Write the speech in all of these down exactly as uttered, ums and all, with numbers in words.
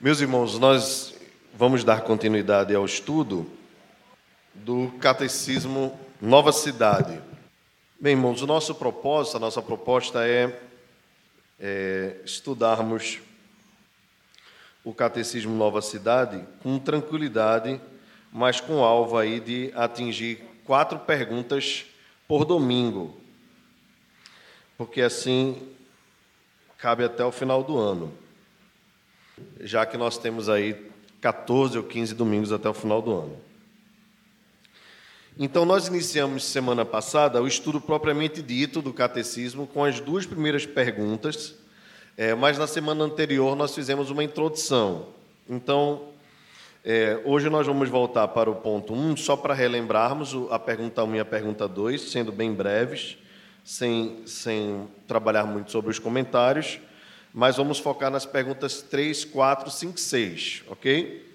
Meus irmãos, nós vamos dar continuidade ao estudo do Catecismo Nova Cidade. Bem, irmãos, o nosso propósito, a nossa proposta é, é estudarmos o Catecismo Nova Cidade com tranquilidade, mas com alvo aí de atingir quatro perguntas por domingo, porque assim cabe até o final do ano, já que nós temos aí quatorze ou quinze domingos até o final do ano. Então, nós iniciamos semana passada o estudo propriamente dito do Catecismo com as duas primeiras perguntas, é, mas na semana anterior nós fizemos uma introdução. Então, é, hoje nós vamos voltar para o ponto um, só para relembrarmos a pergunta um e a pergunta dois, sendo bem breves, sem, sem trabalhar muito sobre os comentários, mas vamos focar nas perguntas três, quatro, cinco, seis, ok?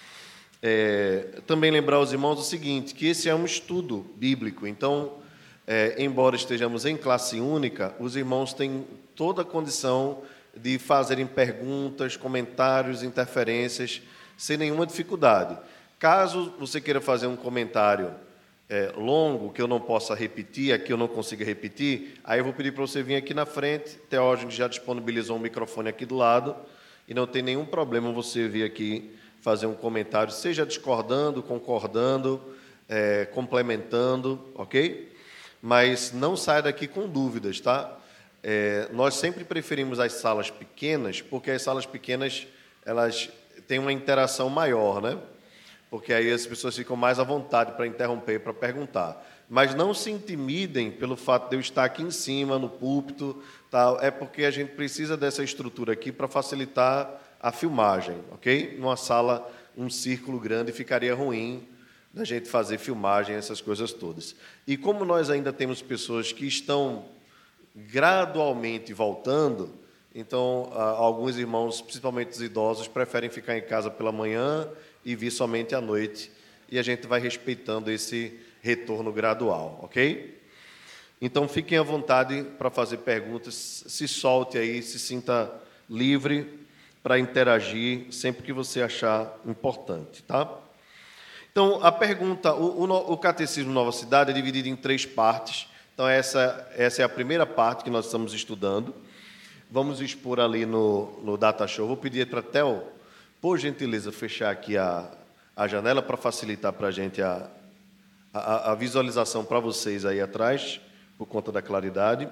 É, também lembrar aos irmãos o seguinte, que esse é um estudo bíblico, então, é, embora estejamos em classe única, os irmãos têm toda a condição de fazerem perguntas, comentários, interferências, sem nenhuma dificuldade. Caso você queira fazer um comentário é, longo, que eu não possa repetir, aqui eu não consiga repetir, aí eu vou pedir para você vir aqui na frente, Teógenes já disponibilizou um microfone aqui do lado, e não tem nenhum problema você vir aqui fazer um comentário, seja discordando, concordando, é, complementando, ok? Mas não saia daqui com dúvidas, tá? É, nós sempre preferimos as salas pequenas, porque as salas pequenas, elas têm uma interação maior, né? Porque aí as pessoas ficam mais à vontade para interromper, para perguntar. Mas não se intimidem pelo fato de eu estar aqui em cima, no púlpito, tá? É porque a gente precisa dessa estrutura aqui para facilitar a filmagem, ok? Numa sala, um círculo grande, ficaria ruim da gente fazer filmagem, essas coisas todas. E como nós ainda temos pessoas que estão gradualmente voltando, então alguns irmãos, principalmente os idosos, preferem ficar em casa pela manhã e vir somente à noite, e a gente vai respeitando esse retorno gradual, ok? Então fiquem à vontade para fazer perguntas, se solte aí, se sinta livre para interagir sempre que você achar importante, tá? Então, a pergunta, o, o, o Catecismo Nova Cidade é dividido em três partes. Então, essa, essa é a primeira parte que nós estamos estudando. Vamos expor ali no, no Data Show. Vou pedir para a Theo, por gentileza, fechar aqui a, a janela para facilitar para a gente a, a, a visualização para vocês aí atrás, por conta da claridade.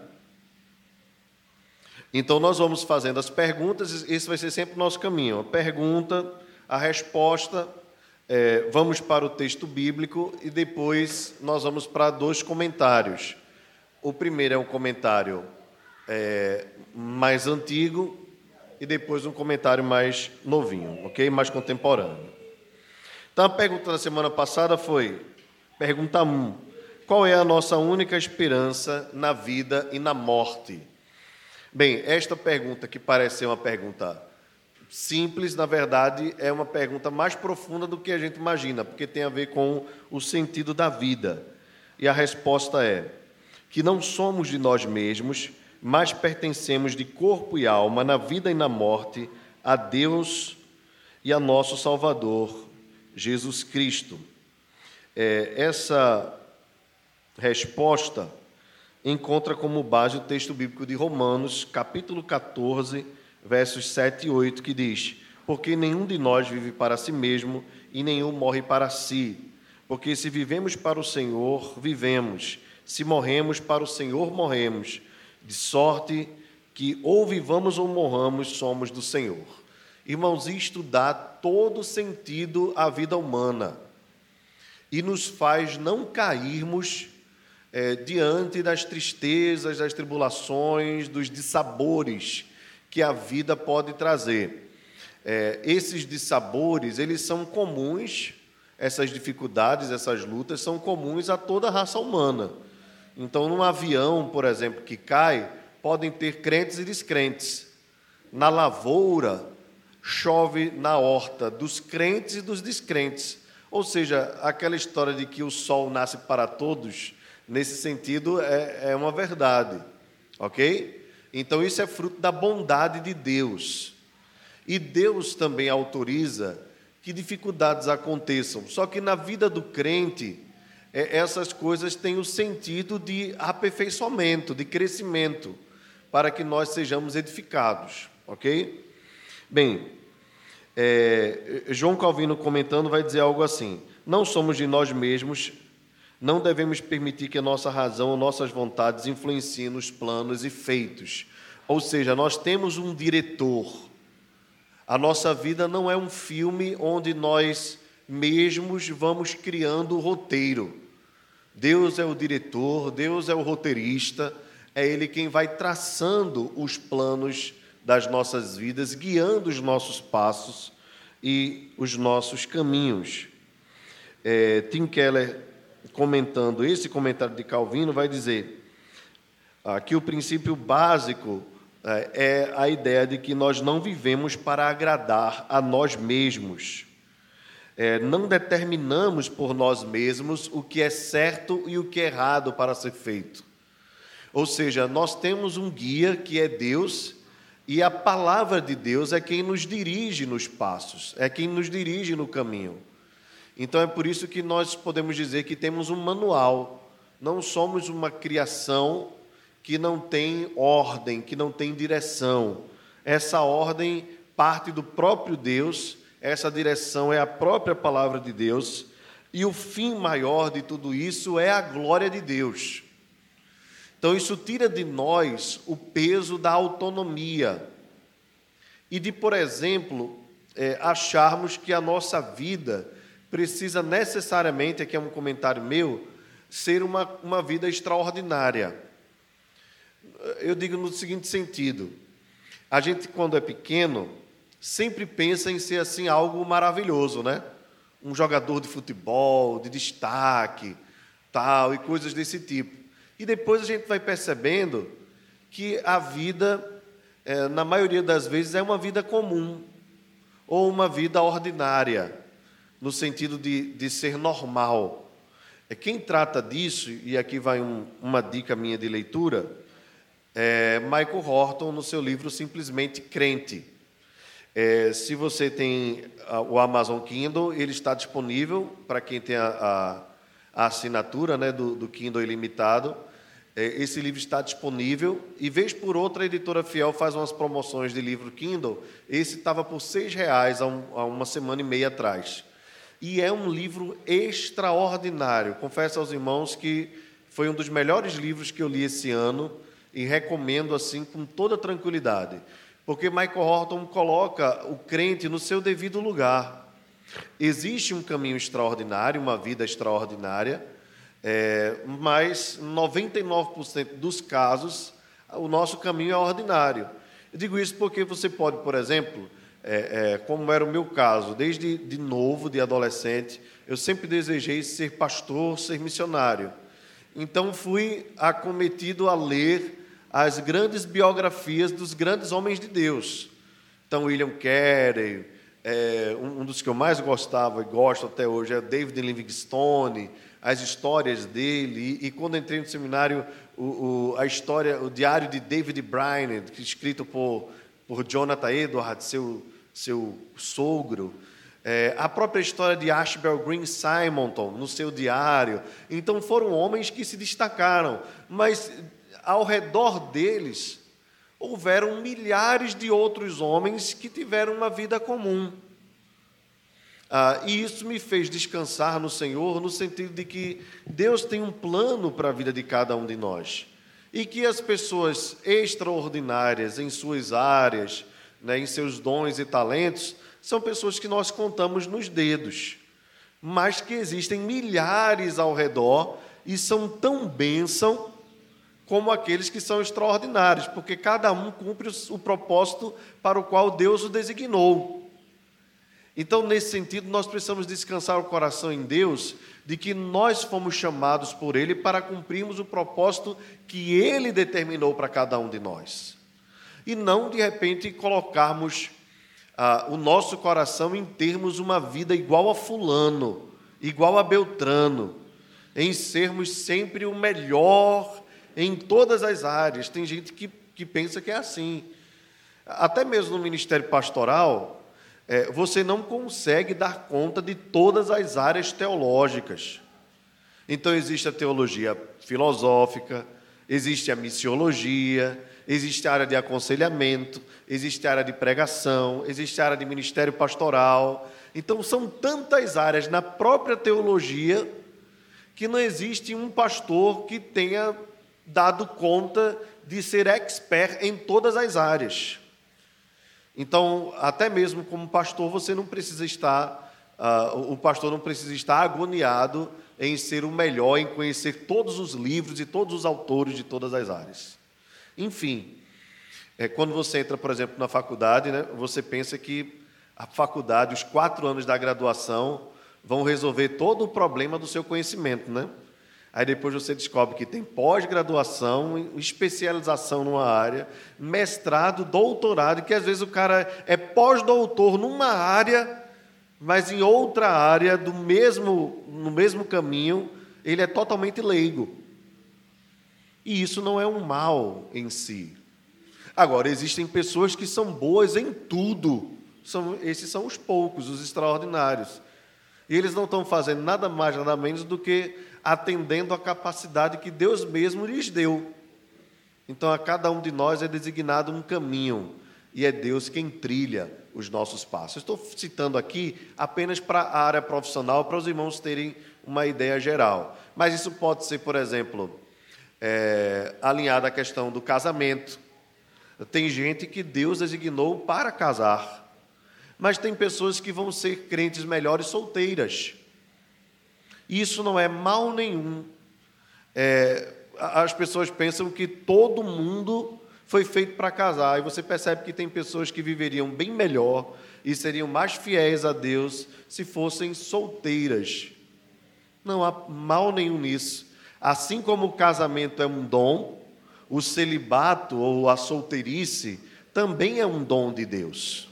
Então, nós vamos fazendo as perguntas, esse vai ser sempre o nosso caminho. A pergunta, a resposta, é, vamos para o texto bíblico e depois nós vamos para dois comentários. O primeiro é um comentário é, mais antigo e depois um comentário mais novinho, ok? Mais contemporâneo. Então, a pergunta da semana passada foi, pergunta um, qual é a nossa única esperança na vida e na morte? Bem, esta pergunta, que parece ser uma pergunta simples, na verdade, é uma pergunta mais profunda do que a gente imagina, porque tem a ver com o sentido da vida. E a resposta é que não somos de nós mesmos, mas pertencemos de corpo e alma, na vida e na morte, a Deus e a nosso Salvador, Jesus Cristo. É, essa resposta encontra como base o texto bíblico de Romanos, capítulo catorze, versos sete e oito, que diz: porque nenhum de nós vive para si mesmo e nenhum morre para si. Porque se vivemos para o Senhor, vivemos. Se morremos para o Senhor, morremos. De sorte que ou vivamos ou morramos, somos do Senhor. Irmãos, isto dá todo sentido à vida humana e nos faz não cairmos É, diante das tristezas, das tribulações, dos dissabores que a vida pode trazer. É, esses dissabores, eles são comuns, essas dificuldades, essas lutas, são comuns a toda a raça humana. Então, num avião, por exemplo, que cai, podem ter crentes e descrentes. Na lavoura, chove na horta dos crentes e dos descrentes. Ou seja, aquela história de que o sol nasce para todos, nesse sentido, é, é uma verdade, ok? Então, isso é fruto da bondade de Deus. E Deus também autoriza que dificuldades aconteçam. Só que na vida do crente, é, essas coisas têm o sentido de aperfeiçoamento, de crescimento, para que nós sejamos edificados, ok? Bem, é, João Calvino comentando vai dizer algo assim: não somos de nós mesmos, não devemos permitir que a nossa razão ou nossas vontades influenciem nos planos e feitos. Ou seja, nós temos um diretor. A nossa vida não é um filme onde nós mesmos vamos criando o roteiro. Deus é o diretor, Deus é o roteirista, é Ele quem vai traçando os planos das nossas vidas, guiando os nossos passos e os nossos caminhos. É, Tim Keller, comentando esse comentário de Calvino, vai dizer ah, que o princípio básico é a ideia de que nós não vivemos para agradar a nós mesmos. É, não determinamos por nós mesmos o que é certo e o que é errado para ser feito. Ou seja, nós temos um guia que é Deus, e a palavra de Deus é quem nos dirige nos passos, é quem nos dirige no caminho. Então é por isso que nós podemos dizer que temos um manual, não somos uma criação que não tem ordem, que não tem direção. Essa ordem parte do próprio Deus, essa direção é a própria palavra de Deus, e o fim maior de tudo isso é a glória de Deus. Então isso tira de nós o peso da autonomia e de, por exemplo, é, acharmos que a nossa vida precisa necessariamente, aqui é um comentário meu, ser uma, uma vida extraordinária. Eu digo no seguinte sentido: a gente, quando é pequeno, sempre pensa em ser assim algo maravilhoso, né? Um jogador de futebol, de destaque, tal, e coisas desse tipo. E depois a gente vai percebendo que a vida, é, na maioria das vezes, é uma vida comum, ou uma vida ordinária, no sentido de, de ser normal. É, quem trata disso, e aqui vai um, uma dica minha de leitura, é Michael Horton, no seu livro Simplesmente Crente. É, se você tem a, o Amazon Kindle, ele está disponível para quem tem a, a, a assinatura, né, do, do Kindle ilimitado. É, esse livro está disponível, e vez por outra a editora Fiel faz umas promoções de livro Kindle. Esse estava por seis reais há, um, há uma semana e meia atrás. E é um livro extraordinário. Confesso aos irmãos que foi um dos melhores livros que eu li esse ano, e recomendo assim com toda tranquilidade, porque Michael Horton coloca o crente no seu devido lugar. Existe um caminho extraordinário, uma vida extraordinária, é, mas noventa e nove por cento dos casos o nosso caminho é ordinário. Eu digo isso porque você pode, por exemplo, é, é, como era o meu caso, desde de novo, de adolescente, eu sempre desejei ser pastor, ser missionário. Então fui acometido a ler as grandes biografias dos grandes homens de Deus. Então, William Carey, é, um dos que eu mais gostava e gosto até hoje é David Livingstone, as histórias dele. E, e quando entrei no seminário, o, o, a história, o diário de David Brainerd, escrito por, por Jonathan Edwards, seu, seu sogro, é, a própria história de Ashbel Green Simonton, no seu diário. Então, foram homens que se destacaram, mas ao redor deles houveram milhares de outros homens que tiveram uma vida comum. Ah, e isso me fez descansar no Senhor, no sentido de que Deus tem um plano para a vida de cada um de nós, e que as pessoas extraordinárias em suas áreas, né, em seus dons e talentos, são pessoas que nós contamos nos dedos, mas que existem milhares ao redor e são tão bênção como aqueles que são extraordinários, porque cada um cumpre o propósito para o qual Deus o designou. Então, nesse sentido, nós precisamos descansar o coração em Deus, de que nós fomos chamados por Ele para cumprirmos o propósito que Ele determinou para cada um de nós. E não, de repente, colocarmos ah, o nosso coração em termos uma vida igual a fulano, igual a Beltrano, em sermos sempre o melhor em todas as áreas. Tem gente que, que pensa que é assim. Até mesmo no ministério pastoral, é, você não consegue dar conta de todas as áreas teológicas. Então, existe a teologia filosófica, existe a missiologia, existe a área de aconselhamento, existe a área de pregação, existe a área de ministério pastoral. Então, são tantas áreas na própria teologia que não existe um pastor que tenha dado conta de ser expert em todas as áreas. Então, até mesmo como pastor, você não precisa estar, uh, o pastor não precisa estar agoniado em ser o melhor, em conhecer todos os livros e todos os autores de todas as áreas. Enfim, é, quando você entra, por exemplo, na faculdade, né, você pensa que a faculdade, os quatro anos da graduação, vão resolver todo o problema do seu conhecimento, né? Aí depois você descobre que tem pós-graduação, especialização numa área, mestrado, doutorado, que às vezes o cara é pós-doutor numa área, mas em outra área, do mesmo, no mesmo caminho, ele é totalmente leigo. E isso não é um mal em si. Agora, existem pessoas que são boas em tudo. São, esses são os poucos, os extraordinários. E eles não estão fazendo nada mais, nada menos do que atendendo à capacidade que Deus mesmo lhes deu. Então, a cada um de nós é designado um caminho, e é Deus quem trilha os nossos passos. Estou citando aqui apenas para a área profissional, para os irmãos terem uma ideia geral. Mas isso pode ser, por exemplo, é, alinhado à questão do casamento. Tem gente que Deus designou para casar, mas tem pessoas que vão ser crentes melhores solteiras. Isso não é mal nenhum. É, as pessoas pensam que todo mundo foi feito para casar, e você percebe que tem pessoas que viveriam bem melhor e seriam mais fiéis a Deus se fossem solteiras. Não há mal nenhum nisso. Assim como o casamento é um dom, o celibato ou a solteirice também é um dom de Deus.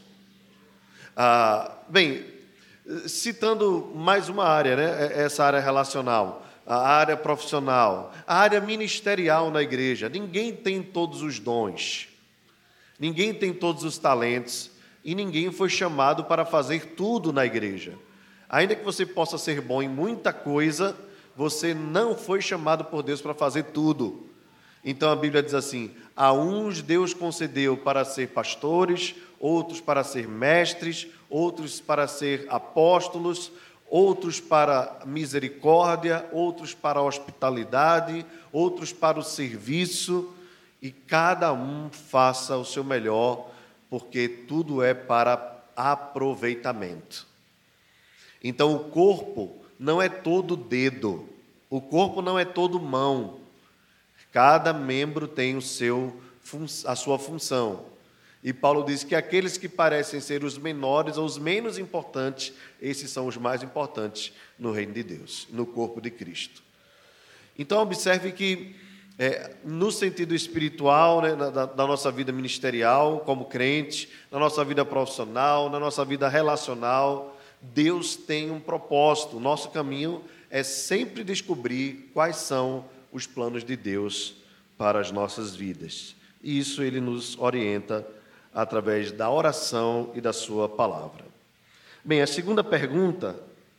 Ah, bem, citando mais uma área, né? Essa área relacional, a área profissional, a área ministerial na igreja. Ninguém tem todos os dons, ninguém tem todos os talentos, e ninguém foi chamado para fazer tudo na igreja. Ainda que você possa ser bom em muita coisa, você não foi chamado por Deus para fazer tudo. Então a Bíblia diz assim: a uns Deus concedeu para ser pastores, outros para ser mestres, outros para ser apóstolos, outros para misericórdia, outros para a hospitalidade, outros para o serviço, e cada um faça o seu melhor, porque tudo é para aproveitamento. Então o corpo não é todo dedo, o corpo não é todo mão. Cada membro tem o seu, a sua função. E Paulo diz que aqueles que parecem ser os menores ou os menos importantes, esses são os mais importantes no reino de Deus, no corpo de Cristo. Então, observe que, é, no sentido espiritual, né, da, da nossa vida ministerial, como crente, na nossa vida profissional, na nossa vida relacional, Deus tem um propósito. O nosso caminho é sempre descobrir quais são os planos de Deus para as nossas vidas. E isso ele nos orienta através da oração e da sua palavra. Bem, a segunda pergunta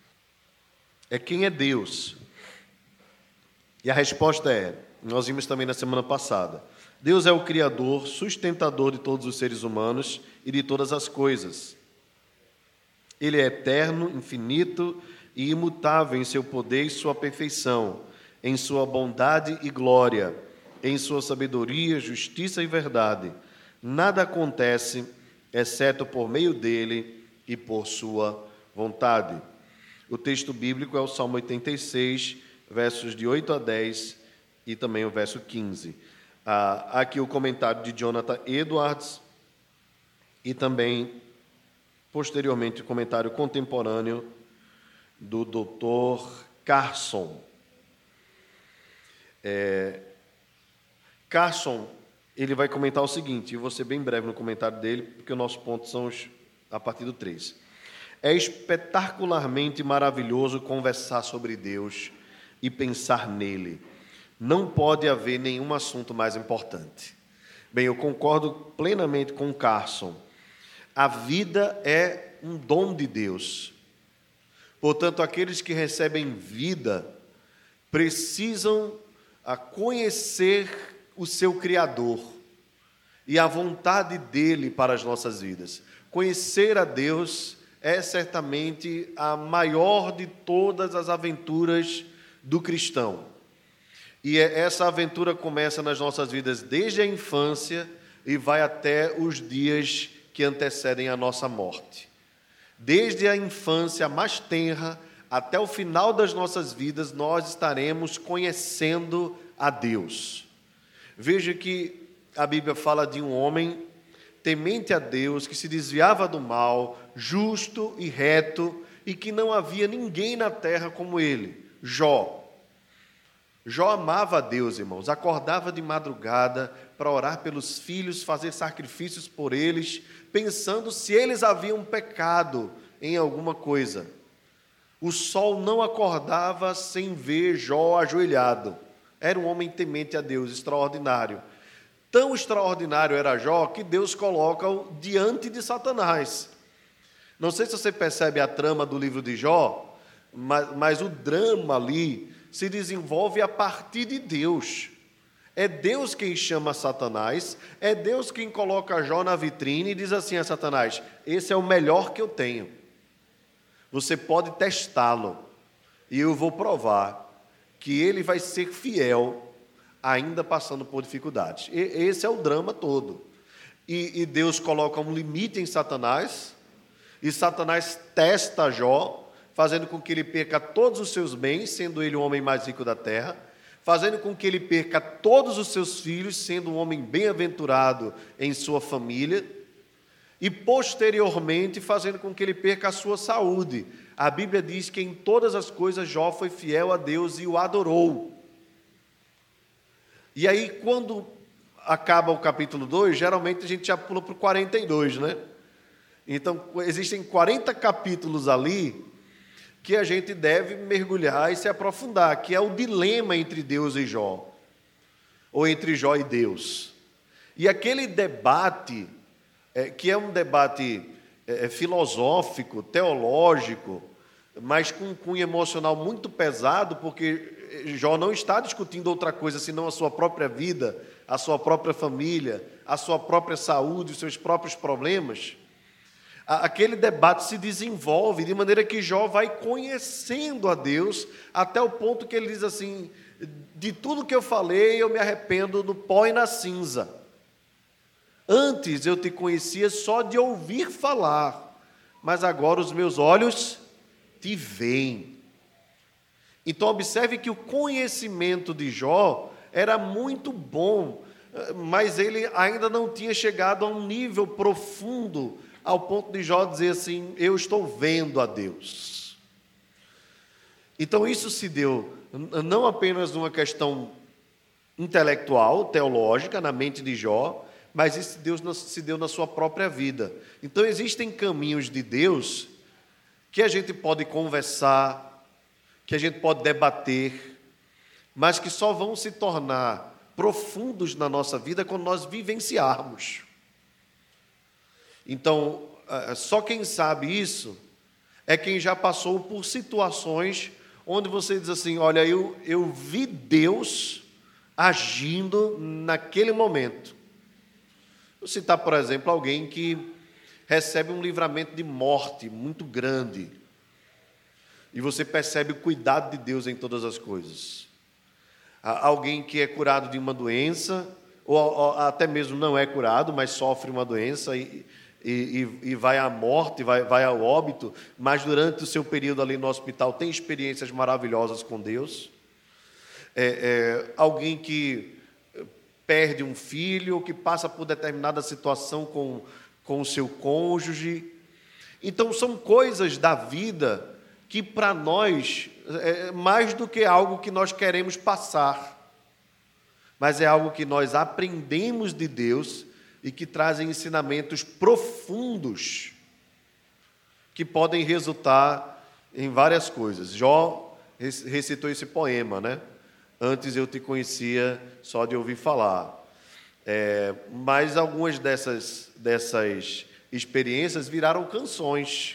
é: quem é Deus? E a resposta é, nós vimos também na semana passada, Deus é o Criador, sustentador de todos os seres humanos e de todas as coisas. Ele é eterno, infinito e imutável em seu poder e sua perfeição, em sua bondade e glória, em sua sabedoria, justiça e verdade. Nada acontece, exceto por meio dele e por sua vontade. O texto bíblico é o Salmo oitenta e seis, versos de oito a dez e também o verso quinze. Ah, aqui o comentário de Jonathan Edwards e também, posteriormente, o comentário contemporâneo do doutor Carson. É, Carson, ele vai comentar o seguinte, e vou ser bem breve no comentário dele, porque o nosso ponto são os, a partir do três. É espetacularmente maravilhoso conversar sobre Deus e pensar nele. Não pode haver nenhum assunto mais importante. Bem, eu concordo plenamente com o Carson. A vida é um dom de Deus. Portanto, aqueles que recebem vida precisam conhecer o seu Criador e a vontade dele para as nossas vidas. Conhecer a Deus é certamente a maior de todas as aventuras do cristão. E essa aventura começa nas nossas vidas desde a infância e vai até os dias que antecedem a nossa morte. Desde a infância mais tenra até o final das nossas vidas, nós estaremos conhecendo a Deus. Veja que a Bíblia fala de um homem temente a Deus, que se desviava do mal, justo e reto, e que não havia ninguém na terra como ele, Jó. Jó amava a Deus, irmãos, acordava de madrugada para orar pelos filhos, fazer sacrifícios por eles, pensando se eles haviam pecado em alguma coisa. O sol não acordava sem ver Jó ajoelhado. Era um homem temente a Deus, extraordinário. Tão extraordinário era Jó que Deus coloca-o diante de Satanás. Não sei se você percebe a trama do livro de Jó, mas, mas o drama ali se desenvolve a partir de Deus. É Deus quem chama Satanás, é Deus quem coloca Jó na vitrine e diz assim a Satanás: esse é o melhor que eu tenho. Você pode testá-lo e eu vou provar que ele vai ser fiel, ainda passando por dificuldades. E, esse é o drama todo. E, e Deus coloca um limite em Satanás, e Satanás testa Jó, fazendo com que ele perca todos os seus bens, sendo ele o homem mais rico da terra, fazendo com que ele perca todos os seus filhos, sendo um homem bem-aventurado em sua família, e posteriormente fazendo com que ele perca a sua saúde. A Bíblia diz que em todas as coisas Jó foi fiel a Deus e o adorou. E aí, quando acaba o capítulo dois, geralmente a gente já pula para o quarenta e dois, né? Então, existem quarenta capítulos ali que a gente deve mergulhar e se aprofundar, que é o dilema entre Deus e Jó, ou entre Jó e Deus. E aquele debate, é, que é um debate é, filosófico, teológico, mas com um cunho emocional muito pesado, porque Jó não está discutindo outra coisa senão a sua própria vida, a sua própria família, a sua própria saúde, os seus próprios problemas. Aquele debate se desenvolve de maneira que Jó vai conhecendo a Deus, até o ponto que ele diz assim: de tudo que eu falei, eu me arrependo no pó e na cinza. Antes eu te conhecia só de ouvir falar, mas agora os meus olhos te veem. Então observe que o conhecimento de Jó era muito bom, mas ele ainda não tinha chegado a um nível profundo, ao ponto de Jó dizer assim: eu estou vendo a Deus. Então isso se deu não apenas numa questão intelectual, teológica, na mente de Jó, mas isso Deus se deu na sua própria vida. Então existem caminhos de Deus que a gente pode conversar, que a gente pode debater, mas que só vão se tornar profundos na nossa vida quando nós vivenciarmos. Então, só quem sabe isso é quem já passou por situações onde você diz assim: olha, eu, eu vi Deus agindo naquele momento. Vou citar, por exemplo, alguém que recebe um livramento de morte muito grande, e você percebe o cuidado de Deus em todas as coisas. Alguém que é curado de uma doença, ou, ou até mesmo não é curado, mas sofre uma doença e E, e, e vai à morte, vai, vai ao óbito, mas durante o seu período ali no hospital tem experiências maravilhosas com Deus. É, é, alguém que perde um filho, ou que passa por determinada situação com, com o seu cônjuge. Então, são coisas da vida que, para nós, é mais do que algo que nós queremos passar, mas é algo que nós aprendemos de Deus e que trazem ensinamentos profundos que podem resultar em várias coisas. Jó recitou esse poema, né? Antes eu te conhecia só de ouvir falar. É, mas algumas dessas, dessas experiências viraram canções.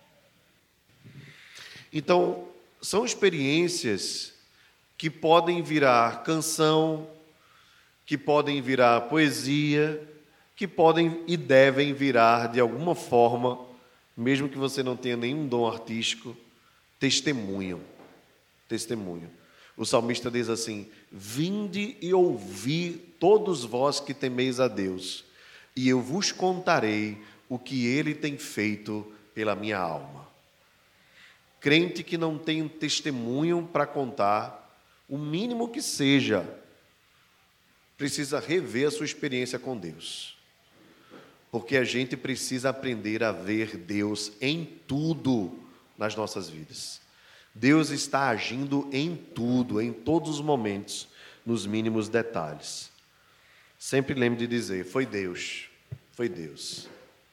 Então, são experiências que podem virar canção, que podem virar poesia, que podem e devem virar, de alguma forma, mesmo que você não tenha nenhum dom artístico, testemunho. Testemunho. O salmista diz assim: vinde e ouvi todos vós que temeis a Deus, e eu vos contarei o que ele tem feito pela minha alma. Crente que não tem um testemunho para contar, o mínimo que seja, precisa rever a sua experiência com Deus. Porque a gente precisa aprender a ver Deus em tudo nas nossas vidas. Deus está agindo em tudo, em todos os momentos, nos mínimos detalhes. Sempre lembre de dizer: foi Deus, foi Deus.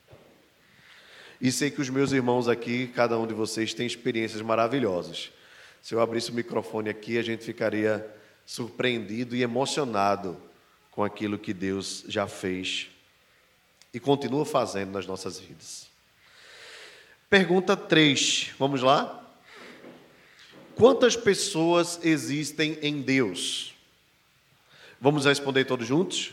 E sei que os meus irmãos aqui, cada um de vocês, tem experiências maravilhosas. Se eu abrisse o microfone aqui, a gente ficaria surpreendido e emocionado com aquilo que Deus já fez e continua fazendo nas nossas vidas. Pergunta três, vamos lá? Quantas pessoas existem em Deus? Vamos responder todos juntos?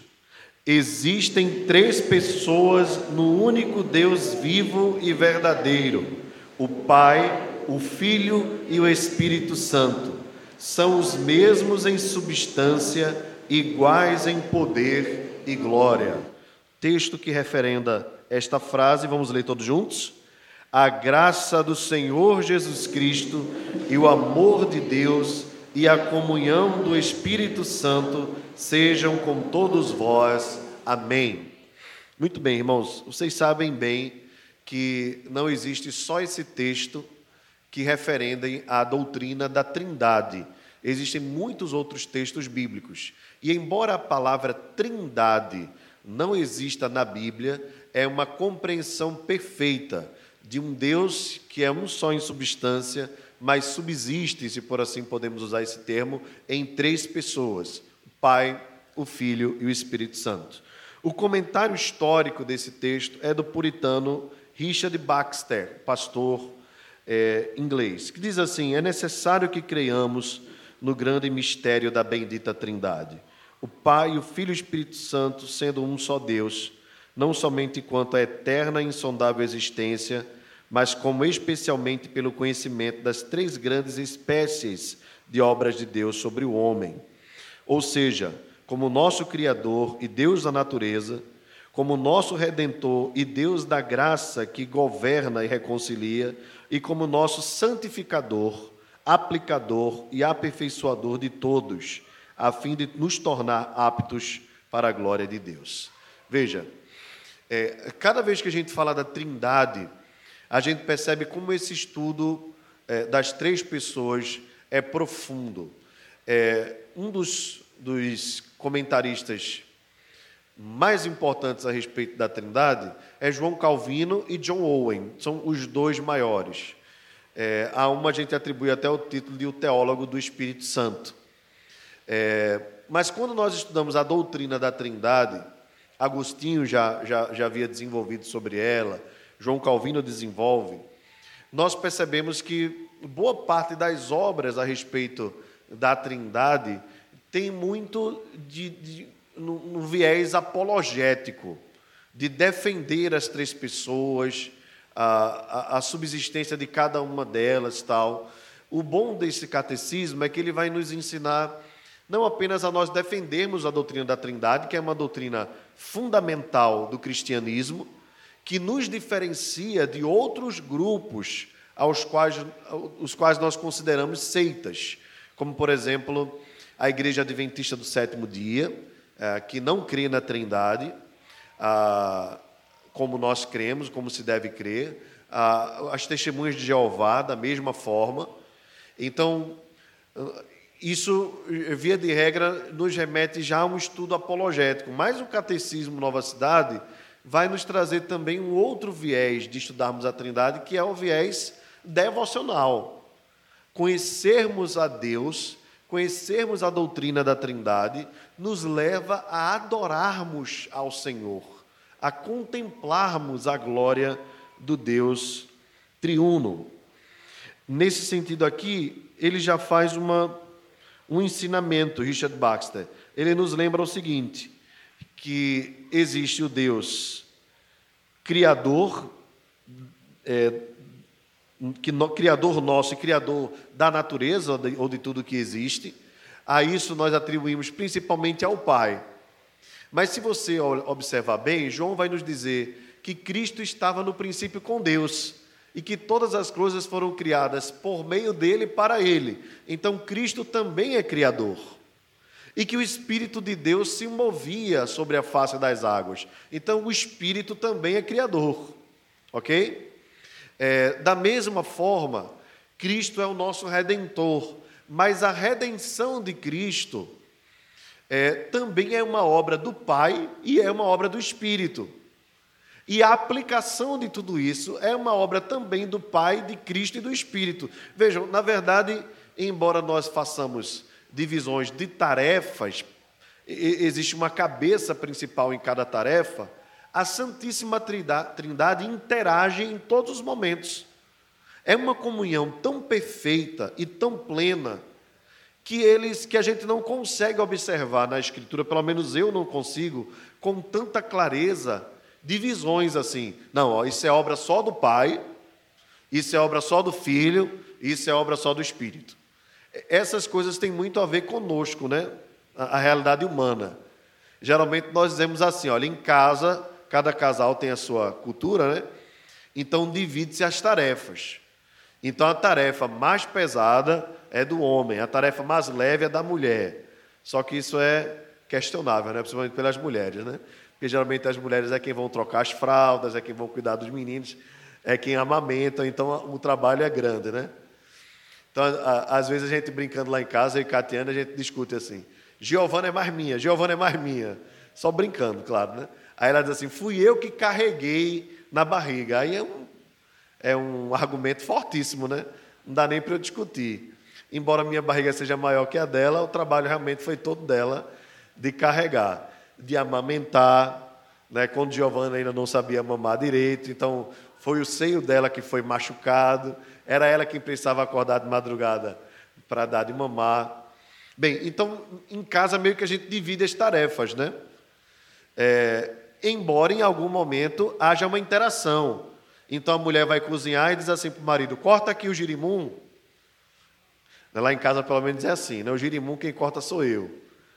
Existem três pessoas no único Deus vivo e verdadeiro: o Pai, o Filho e o Espírito Santo. São os mesmos em substância, iguais em poder e glória. Texto que referenda esta frase, vamos ler todos juntos? A graça do Senhor Jesus Cristo e o amor de Deus e a comunhão do Espírito Santo sejam com todos vós. Amém. Muito bem, irmãos, vocês sabem bem que não existe só esse texto que referendem a doutrina da Trindade. Existem muitos outros textos bíblicos. E embora a palavra Trindade não exista na Bíblia, é uma compreensão perfeita de um Deus que é um só em substância, mas subsiste, se por assim podemos usar esse termo, em três pessoas: o Pai, o Filho e o Espírito Santo. O comentário histórico desse texto é do puritano Richard Baxter, pastor é, inglês, que diz assim: é necessário que creiamos no grande mistério da bendita Trindade. O Pai, o Filho e o Espírito Santo, sendo um só Deus, não somente quanto à eterna e insondável existência, mas como especialmente pelo conhecimento das três grandes espécies de obras de Deus sobre o homem. Ou seja, como nosso Criador e Deus da natureza, como nosso Redentor e Deus da graça que governa e reconcilia, e como nosso santificador, aplicador e aperfeiçoador de todos, a fim de nos tornar aptos para a glória de Deus. Veja, é, cada vez que a gente fala da Trindade, a gente percebe como esse estudo é, das três pessoas é profundo. É, um dos, dos comentaristas mais importantes a respeito da Trindade é João Calvino e John Owen, são os dois maiores. É, a uma a gente atribui até o título de o teólogo do Espírito Santo. É, mas quando nós estudamos a doutrina da Trindade, Agostinho já, já, já havia desenvolvido sobre ela, João Calvino desenvolve, nós percebemos que boa parte das obras a respeito da Trindade tem muito de, de, no, no viés apologético, de defender as três pessoas, a, a, a subsistência de cada uma delas, tal. O bom desse catecismo é que ele vai nos ensinar não apenas a nós defendermos a doutrina da Trindade, que é uma doutrina fundamental do cristianismo, que nos diferencia de outros grupos aos quais, os quais nós consideramos seitas, como, por exemplo, a Igreja Adventista do Sétimo Dia, que não crê na Trindade, como nós cremos, como se deve crer, as Testemunhas de Jeová, da mesma forma. Então, isso, via de regra, nos remete já a um estudo apologético, mas o Catecismo Nova Cidade vai nos trazer também um outro viés de estudarmos a Trindade, que é o viés devocional. Conhecermos a Deus conhecermos a doutrina da Trindade nos leva a adorarmos ao Senhor, a contemplarmos a glória do Deus triuno. Nesse sentido aqui, ele já faz uma, um ensinamento, Richard Baxter. Ele nos lembra o seguinte, que existe o Deus Criador, é, que no, Criador nosso e Criador da natureza ou de, ou de tudo que existe. A isso nós atribuímos principalmente ao Pai. Mas se você observar bem, João vai nos dizer que Cristo estava no princípio com Deus e que todas as coisas foram criadas por meio dele e para ele. Então Cristo também é Criador. E que o Espírito de Deus se movia sobre a face das águas. Então o Espírito também é Criador. Ok? É, da mesma forma, Cristo é o nosso Redentor. Mas a redenção de Cristo é, também é uma obra do Pai e é uma obra do Espírito. E a aplicação de tudo isso é uma obra também do Pai, de Cristo e do Espírito. Vejam, na verdade, embora nós façamos divisões de tarefas, existe uma cabeça principal em cada tarefa, a Santíssima Trindade interage em todos os momentos. É uma comunhão tão perfeita e tão plena que, eles, que a gente não consegue observar na Escritura, pelo menos eu não consigo, com tanta clareza, divisões assim. Não, ó, isso é obra só do Pai, isso é obra só do Filho, isso é obra só do Espírito. Essas coisas têm muito a ver conosco, né? A, a realidade humana. Geralmente nós dizemos assim, olha, em casa, cada casal tem a sua cultura, né? Então divide-se as tarefas. Então a tarefa mais pesada é do homem, a tarefa mais leve é da mulher. Só que isso é questionável, né? Principalmente pelas mulheres, né? Porque geralmente as mulheres é quem vão trocar as fraldas, é quem vão cuidar dos meninos, é quem amamenta, então o trabalho é grande, né? Então, às vezes a gente brincando lá em casa, eu e Catiana, a gente discute assim, Giovana é mais minha, Giovana é mais minha. Só brincando, claro, né? Aí ela diz assim, fui eu que carreguei na barriga. Aí é um, é um argumento fortíssimo, né? Não dá nem para eu discutir. Embora a minha barriga seja maior que a dela, o trabalho realmente foi todo dela de carregar, de amamentar, né? Quando Giovana ainda não sabia mamar direito, então foi o seio dela que foi machucado, era ela quem precisava acordar de madrugada para dar de mamar. Bem, então, em casa meio que a gente divide as tarefas, né? É, embora em algum momento haja uma interação. Então a mulher vai cozinhar e diz assim para o marido, corta aqui o girimum. Lá em casa pelo menos é assim, né? O girimum quem corta sou eu.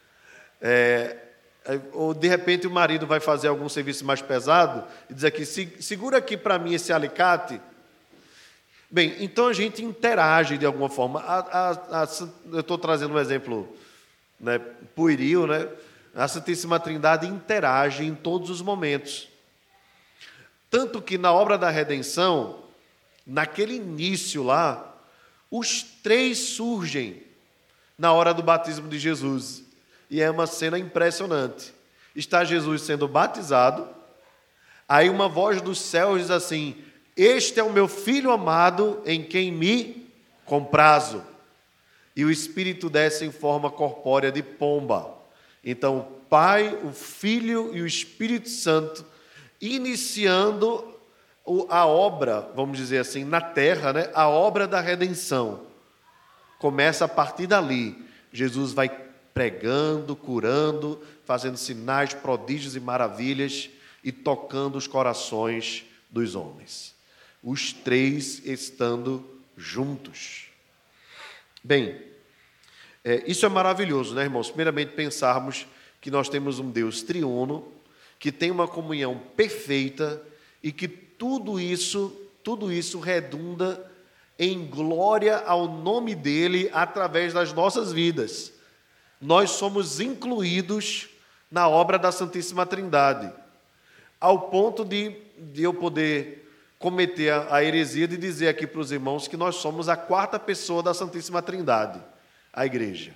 É, ou de repente o marido vai fazer algum serviço mais pesado e diz aqui, segura aqui para mim esse alicate. Bem, então a gente interage de alguma forma. A, a, a, eu estou trazendo um exemplo, né, pueril, né? A Santíssima Trindade interage em todos os momentos. Tanto que na obra da redenção, naquele início lá, os três surgem na hora do batismo de Jesus. E é uma cena impressionante. Está Jesus sendo batizado, aí uma voz dos céus diz assim, este é o meu Filho amado, em quem me comprazo. E o Espírito desce em forma corpórea de pomba. Então, o Pai, o Filho e o Espírito Santo, iniciando a obra, vamos dizer assim, na terra, né? A obra da redenção. Começa a partir dali. Jesus vai pregando, curando, fazendo sinais, prodígios e maravilhas e tocando os corações dos homens. Os três estando juntos. Bem, é, isso é maravilhoso, né, irmãos? Primeiramente, pensarmos que nós temos um Deus triuno, que tem uma comunhão perfeita e que tudo isso, tudo isso redunda em glória ao nome dele através das nossas vidas. Nós somos incluídos na obra da Santíssima Trindade, ao ponto de, de eu poder cometer a, a heresia de dizer aqui para os irmãos que nós somos a quarta pessoa da Santíssima Trindade, a igreja.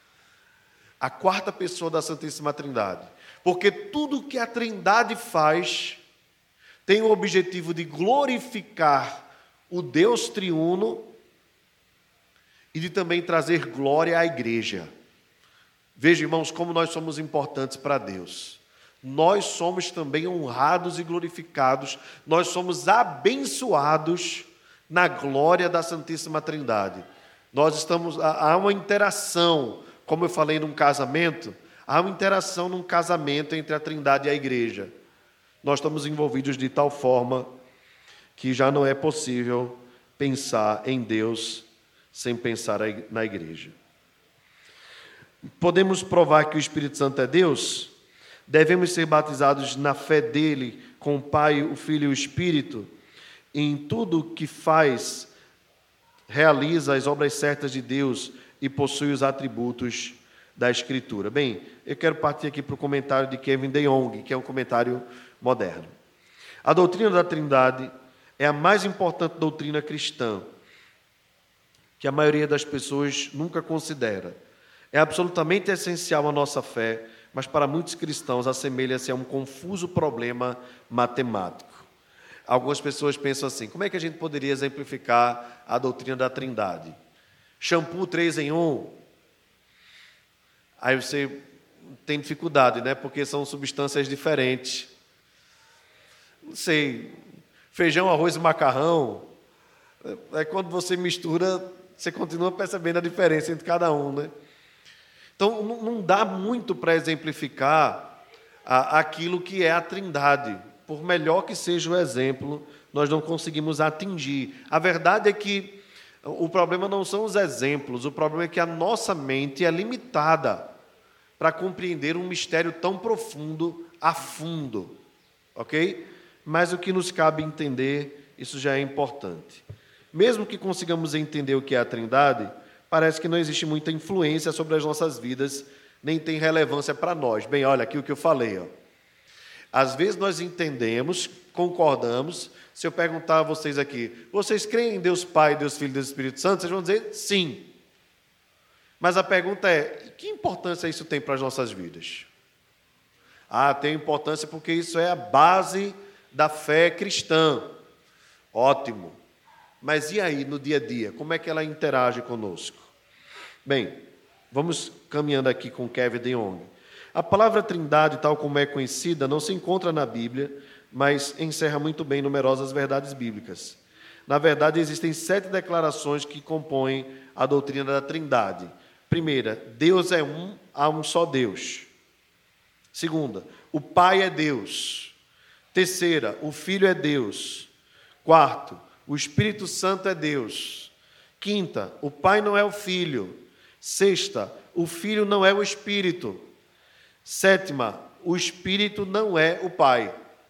A quarta pessoa da Santíssima Trindade. Porque tudo que a Trindade faz tem o objetivo de glorificar o Deus triuno e de também trazer glória à igreja. Veja, irmãos, como nós somos importantes para Deus. Nós somos também honrados e glorificados, nós somos abençoados na glória da Santíssima Trindade. Nós estamos, há uma interação, como eu falei num casamento, há uma interação num casamento entre a Trindade e a igreja. Nós estamos envolvidos de tal forma que já não é possível pensar em Deus sem pensar na igreja. Podemos provar que o Espírito Santo é Deus? Devemos ser batizados na fé dele, com o Pai, o Filho e o Espírito, em tudo o que faz, realiza as obras certas de Deus e possui os atributos da Escritura. Bem, eu quero partir aqui para o comentário de Kevin DeYoung, que é um comentário moderno. A doutrina da Trindade é a mais importante doutrina cristã, que a maioria das pessoas nunca considera. É absolutamente essencial à nossa fé, mas para muitos cristãos assemelha-se a um confuso problema matemático. Algumas pessoas pensam assim: como é que a gente poderia exemplificar a doutrina da Trindade? Shampoo três em um. Aí você tem dificuldade, né? Porque são substâncias diferentes. Não sei, feijão, arroz e macarrão. É quando você mistura, você continua percebendo a diferença entre cada um, né? Então, não dá muito para exemplificar aquilo que é a Trindade. Por melhor que seja o exemplo, nós não conseguimos atingir. A verdade é que o problema não são os exemplos, o problema é que a nossa mente é limitada para compreender um mistério tão profundo a fundo. Ok? Mas o que nos cabe entender, isso já é importante. Mesmo que consigamos entender o que é a Trindade, parece que não existe muita influência sobre as nossas vidas, nem tem relevância para nós. Bem, olha aqui o que eu falei. Ó. Às vezes nós entendemos, concordamos. Se eu perguntar a vocês aqui, vocês creem em Deus Pai, Deus Filho e Deus Espírito Santo? Vocês vão dizer sim. Mas a pergunta é, que importância isso tem para as nossas vidas? Ah, tem importância porque isso é a base da fé cristã. Ótimo. Mas e aí, no dia a dia, como é que ela interage conosco? Bem, vamos caminhando aqui com Kevin DeYoung. A palavra Trindade, tal como é conhecida, não se encontra na Bíblia, mas encerra muito bem numerosas verdades bíblicas. Na verdade, existem sete declarações que compõem a doutrina da Trindade. Primeira, Deus é um, há um só Deus. Segunda, o Pai é Deus. Terceira, o Filho é Deus. Quarto, o Espírito Santo é Deus. Quinta, o Pai não é o Filho. Sexta, o Filho não é o Espírito. Sétima, o Espírito não é o Pai.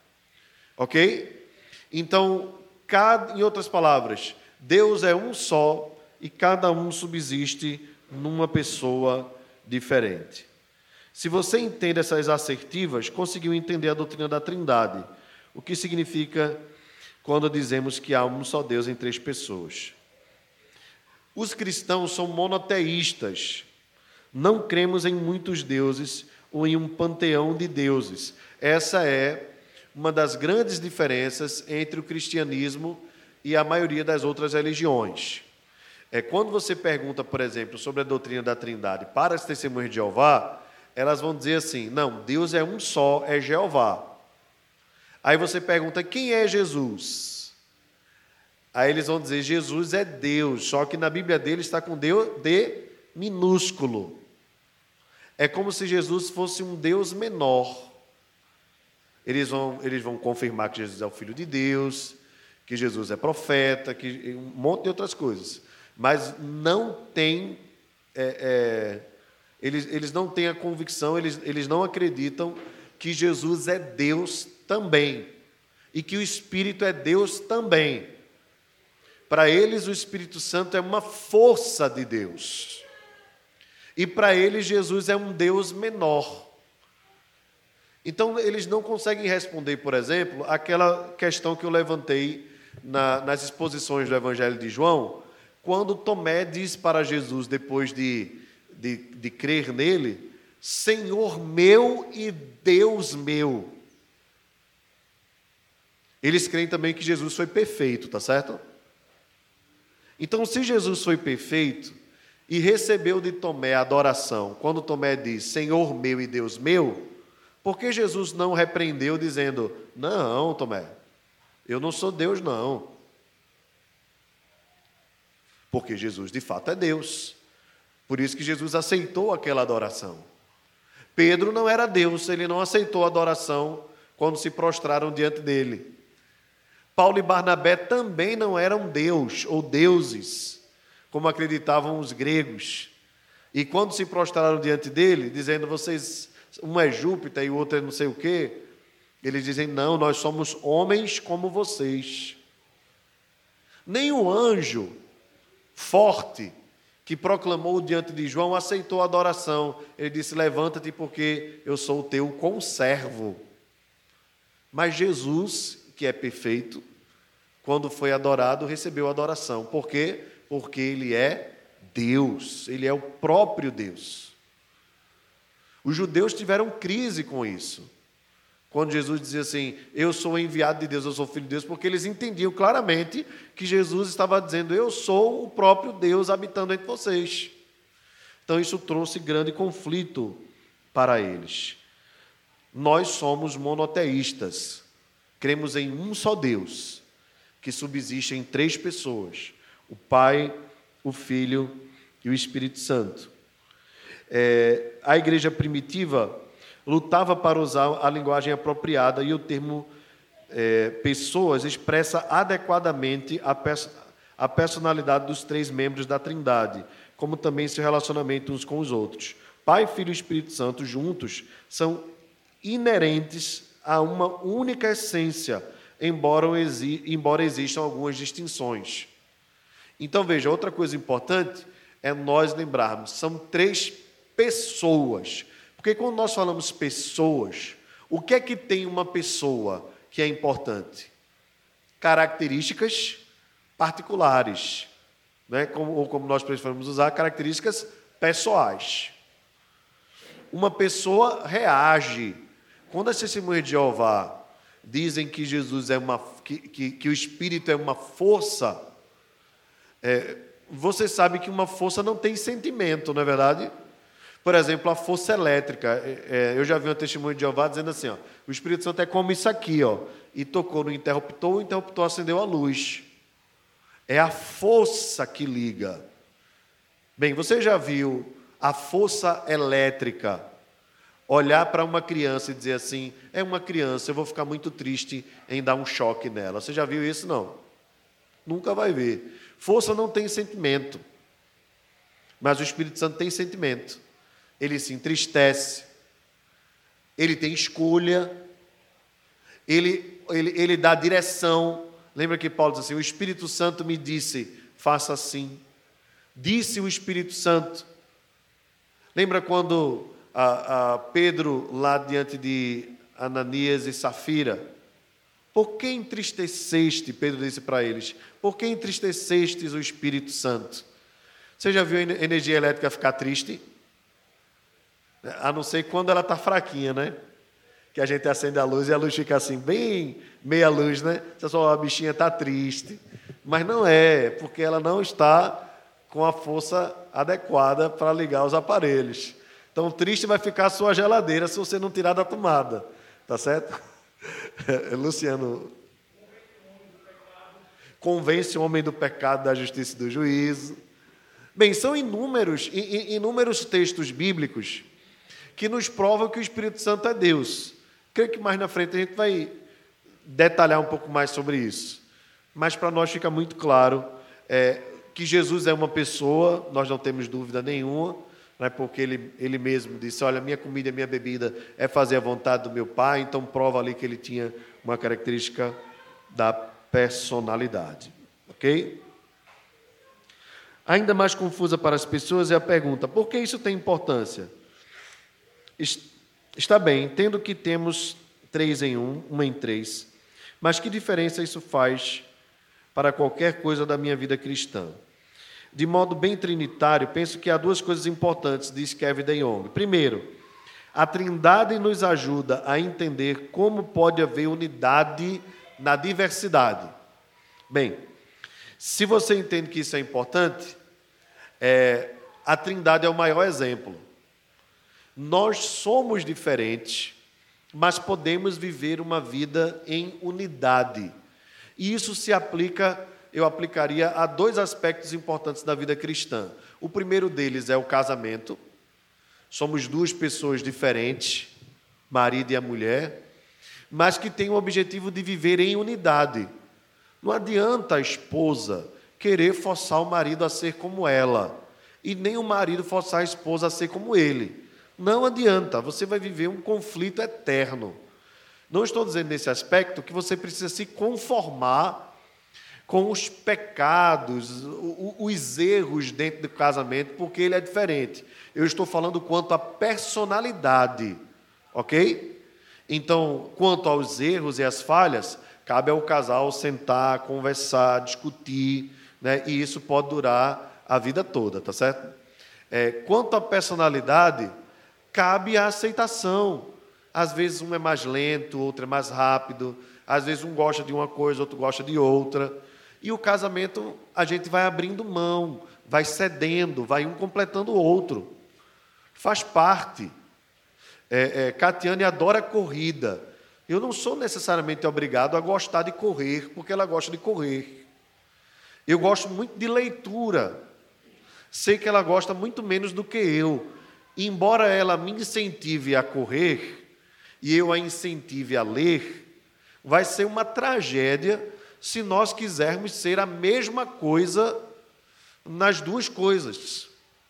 Ok? Então, cada, em outras palavras, Deus é um só e cada um subsiste numa pessoa diferente. Se você entende essas assertivas, conseguiu entender a doutrina da Trindade, o que significa quando dizemos que há um só Deus em três pessoas. Os cristãos são monoteístas. Não cremos em muitos deuses ou em um panteão de deuses. Essa é uma das grandes diferenças entre o cristianismo e a maioria das outras religiões. É quando você pergunta, por exemplo, sobre a doutrina da Trindade para as testemunhas de Jeová, elas vão dizer assim: não, Deus é um só, é Jeová. Aí você pergunta, quem é Jesus? Aí eles vão dizer, Jesus é Deus, só que na Bíblia dele está com Deus D minúsculo. É como se Jesus fosse um Deus menor. Eles vão, eles vão confirmar que Jesus é o Filho de Deus, que Jesus é profeta, que um monte de outras coisas. Mas não tem, é, é, eles, eles não têm a convicção, eles, eles não acreditam que Jesus é Deus também, e que o Espírito é Deus também. Para eles, o Espírito Santo é uma força de Deus. E para eles, Jesus é um Deus menor. Então, eles não conseguem responder, por exemplo, aquela questão que eu levantei na, nas exposições do Evangelho de João, quando Tomé diz para Jesus, depois de, de, de crer nele, Senhor meu e Deus meu. Eles creem também que Jesus foi perfeito, tá certo? Então, se Jesus foi perfeito, e recebeu de Tomé a adoração, quando Tomé diz, Senhor meu e Deus meu, por que Jesus não repreendeu dizendo, não, Tomé, eu não sou Deus, não. Porque Jesus, de fato, é Deus. Por isso que Jesus aceitou aquela adoração. Pedro não era Deus, ele não aceitou a adoração quando se prostraram diante dele. Paulo e Barnabé também não eram Deus ou deuses, como acreditavam os gregos. E quando se prostraram diante dele, dizendo, vocês, um é Júpiter e o outro é não sei o quê, eles dizem, não, nós somos homens como vocês. Nem o anjo forte que proclamou diante de João aceitou a adoração. Ele disse, levanta-te porque eu sou o teu conservo. Mas Jesus, que é perfeito, quando foi adorado, recebeu a adoração. Por quê? Porque ele é Deus, ele é o próprio Deus. Os judeus tiveram crise com isso. Quando Jesus dizia assim, eu sou enviado de Deus, eu sou filho de Deus, porque eles entendiam claramente que Jesus estava dizendo, eu sou o próprio Deus habitando entre vocês. Então isso trouxe grande conflito para eles. Nós somos monoteístas, cremos em um só Deus, que subsiste em três pessoas, o Pai, o Filho e o Espírito Santo. É, a igreja primitiva lutava para usar a linguagem apropriada e o termo é, pessoas expressa adequadamente a, pers- a personalidade dos três membros da Trindade, como também seu relacionamento uns com os outros. Pai, Filho e Espírito Santo juntos são inerentes a uma única essência, embora, exi- embora existam algumas distinções. Então, veja, outra coisa importante é nós lembrarmos, são três pessoas. Porque quando nós falamos pessoas, o que é que tem uma pessoa que é importante? Características particulares, né? Como, ou como nós preferimos usar, características pessoais. Uma pessoa reage. Quando as testemunhas de Jeová dizem que Jesus é uma, que, que, que o Espírito é uma força, é, você sabe que uma força não tem sentimento, não é verdade? Por exemplo, a força elétrica. É, eu já vi um testemunho de Jeová dizendo assim, ó, o Espírito Santo é como isso aqui, ó, e tocou no interruptor, o interruptor acendeu a luz. É a força que liga. Bem, você já viu a força elétrica olhar para uma criança e dizer assim, é uma criança, eu vou ficar muito triste em dar um choque nela. Você já viu isso? Não. Nunca vai ver. Força não tem sentimento, mas o Espírito Santo tem sentimento. Ele se entristece, ele tem escolha, ele, ele, ele dá direção. Lembra que Paulo diz assim, o Espírito Santo me disse, faça assim. Disse o Espírito Santo. Lembra quando a, a Pedro, lá diante de Ananias e Safira, por que entristeceste, Pedro disse para eles, por que entristecestes o Espírito Santo? Você já viu a energia elétrica ficar triste? A não ser quando ela está fraquinha, né? Que a gente acende a luz e a luz fica assim, bem meia luz, né? Você só, a bichinha está triste. Mas não é, porque ela não está com a força adequada para ligar os aparelhos. Então, triste vai ficar a sua geladeira se você não tirar da tomada. Tá certo? Luciano. Convence o homem do pecado, da justiça e do juízo. Bem, são inúmeros, inúmeros textos bíblicos que nos provam que o Espírito Santo é Deus. Creio que mais na frente a gente vai detalhar um pouco mais sobre isso. Mas para nós fica muito claro é, que Jesus é uma pessoa, nós não temos dúvida nenhuma, né, porque ele, ele mesmo disse, olha, minha comida e minha bebida é fazer a vontade do meu Pai, então prova ali que ele tinha uma característica da personalidade. Ok? Ainda mais confusa para as pessoas é a pergunta, por que isso tem importância? Está bem, entendo que temos três em um, uma em três, mas que diferença isso faz para qualquer coisa da minha vida cristã? De modo bem trinitário, penso que há duas coisas importantes, diz Kevin DeYoung. Primeiro, a Trindade nos ajuda a entender como pode haver unidade na diversidade. Bem, se você entende que isso é importante, é, A Trindade é o maior exemplo. Nós somos diferentes, mas podemos viver uma vida em unidade. E isso se aplica, eu aplicaria a dois aspectos importantes da vida cristã. O primeiro deles é o casamento. Somos duas pessoas diferentes, marido e a mulher, mas que têm o objetivo de viver em unidade. Não adianta a esposa querer forçar o marido a ser como ela, e nem o marido forçar a esposa a ser como ele. Não adianta, você vai viver um conflito eterno. Não estou dizendo nesse aspecto que você precisa se conformar com os pecados, os erros dentro do casamento, porque ele é diferente. Eu estou falando quanto à personalidade, ok? Então, quanto aos erros e às falhas, cabe ao casal sentar, conversar, discutir, né? E isso pode durar a vida toda, tá certo? É, quanto à personalidade, cabe a aceitação. Às vezes um é mais lento, outro é mais rápido, às vezes um gosta de uma coisa, outro gosta de outra. E o casamento, a gente vai abrindo mão, vai cedendo, vai um completando o outro. Faz parte. É, é, Catiane adora corrida. Eu não sou necessariamente obrigado a gostar de correr, porque ela gosta de correr. Eu gosto muito de leitura. Sei que ela gosta muito menos do que eu. E, embora ela me incentive a correr, e eu a incentive a ler, vai ser uma tragédia se nós quisermos ser a mesma coisa nas duas coisas.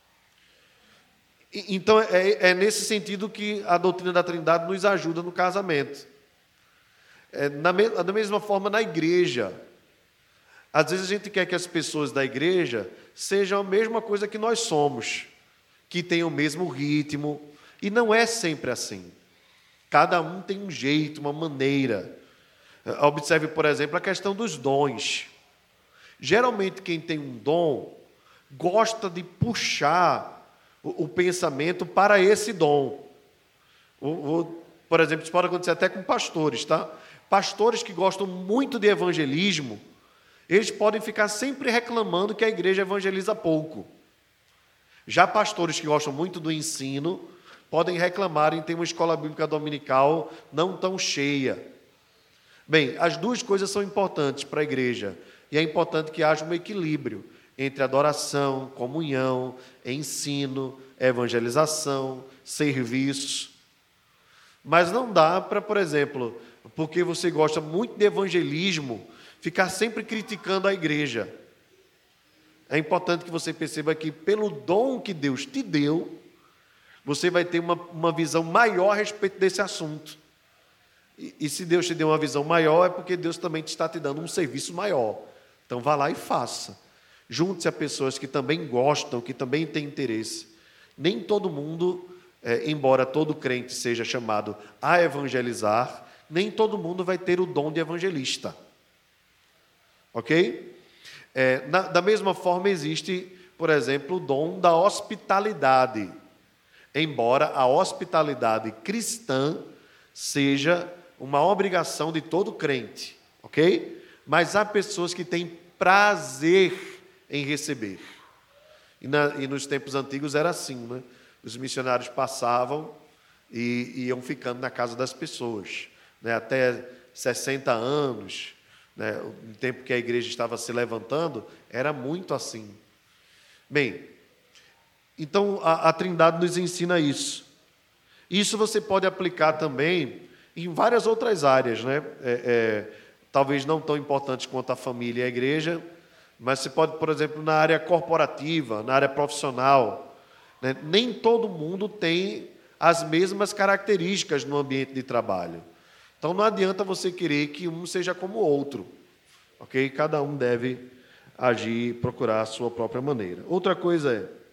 Então, é, é nesse sentido que a doutrina da Trindade nos ajuda no casamento. É, na, me, da mesma forma, na igreja. Às vezes a gente quer que as pessoas da igreja sejam a mesma coisa que nós somos, que tenham o mesmo ritmo, e não é sempre assim. Cada um tem um jeito, uma maneira. Observe, por exemplo, a questão dos dons. Geralmente, quem tem um dom gosta de puxar o, o pensamento para esse dom. O, o, por exemplo, isso pode acontecer até com pastores, tá? Pastores que gostam muito de evangelismo, eles podem ficar sempre reclamando que a igreja evangeliza pouco. Já pastores que gostam muito do ensino podem reclamar em ter uma escola bíblica dominical não tão cheia. Bem, as duas coisas são importantes para a igreja, e é importante que haja um equilíbrio entre adoração, comunhão, ensino, evangelização, serviço. Mas não dá para, por exemplo, porque você gosta muito de evangelismo, ficar sempre criticando a igreja. É importante que você perceba que, pelo dom que Deus te deu, você vai ter uma, uma visão maior a respeito desse assunto. E, e se Deus te deu uma visão maior, é porque Deus também te está te dando um serviço maior. Então, vá lá e faça. Junte-se a pessoas que também gostam, que também têm interesse. Nem todo mundo, é, embora todo crente seja chamado a evangelizar, nem todo mundo vai ter o dom de evangelista. Ok? É, na, da mesma forma, existe, por exemplo, o dom da hospitalidade. Embora a hospitalidade cristã seja uma obrigação de todo crente, ok? Mas há pessoas que têm prazer em receber. E, na, e nos tempos antigos era assim, né? Os missionários passavam e, e iam ficando na casa das pessoas, né? Até sessenta anos, né? No tempo que a igreja estava se levantando, era muito assim. Bem, então, a, a Trindade nos ensina isso. Isso você pode aplicar também em várias outras áreas, né? É, é, talvez não tão importantes quanto a família e a igreja, mas você pode, por exemplo, na área corporativa, na área profissional, né? Nem todo mundo tem as mesmas características no ambiente de trabalho. Então, não adianta você querer que um seja como o outro, ok? Cada um deve agir, procurar a sua própria maneira. Outra coisa é,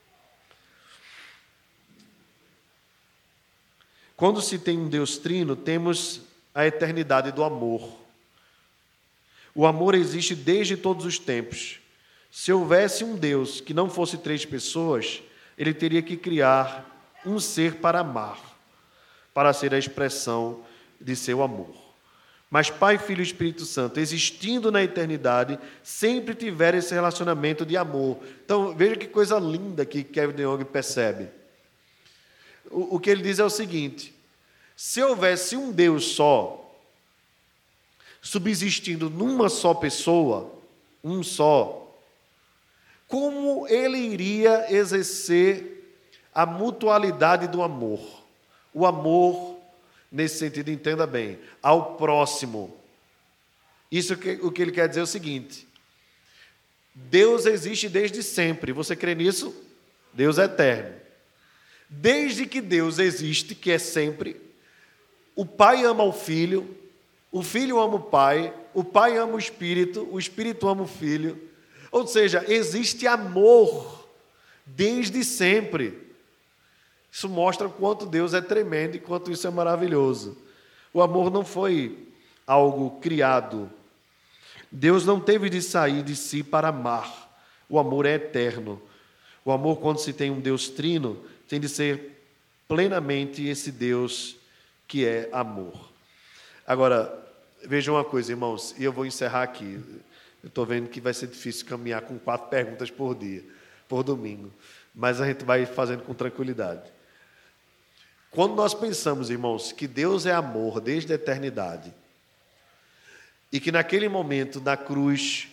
quando se tem um Deus trino, temos a eternidade do amor. O amor existe desde todos os tempos. Se houvesse um Deus que não fosse três pessoas, ele teria que criar um ser para amar, para ser a expressão de seu amor. Mas Pai, Filho e Espírito Santo, existindo na eternidade, sempre tiveram esse relacionamento de amor. Então, veja que coisa linda que Kevin DeYoung percebe. O, o que ele diz é o seguinte: se houvesse um Deus só, subsistindo numa só pessoa, um só, como ele iria exercer a mutualidade do amor? O amor, nesse sentido, entenda bem, ao próximo. Isso que, o que ele quer dizer é o seguinte: Deus existe desde sempre. Você crê nisso? Deus é eterno. Desde que Deus existe, que é sempre, o Pai ama o Filho, o Filho ama o Pai, o Pai ama o Espírito, o Espírito ama o Filho. Ou seja, existe amor desde sempre. Isso mostra o quanto Deus é tremendo e quanto isso é maravilhoso. O amor não foi algo criado. Deus não teve de sair de si para amar. O amor é eterno. O amor, quando se tem um Deus trino, tem de ser plenamente esse Deus que é amor. Agora, vejam uma coisa, irmãos, e eu vou encerrar aqui. Eu estou vendo que vai ser difícil caminhar com quatro perguntas por dia, por domingo, mas a gente vai fazendo com tranquilidade. Quando nós pensamos, irmãos, que Deus é amor desde a eternidade, e que naquele momento, na cruz,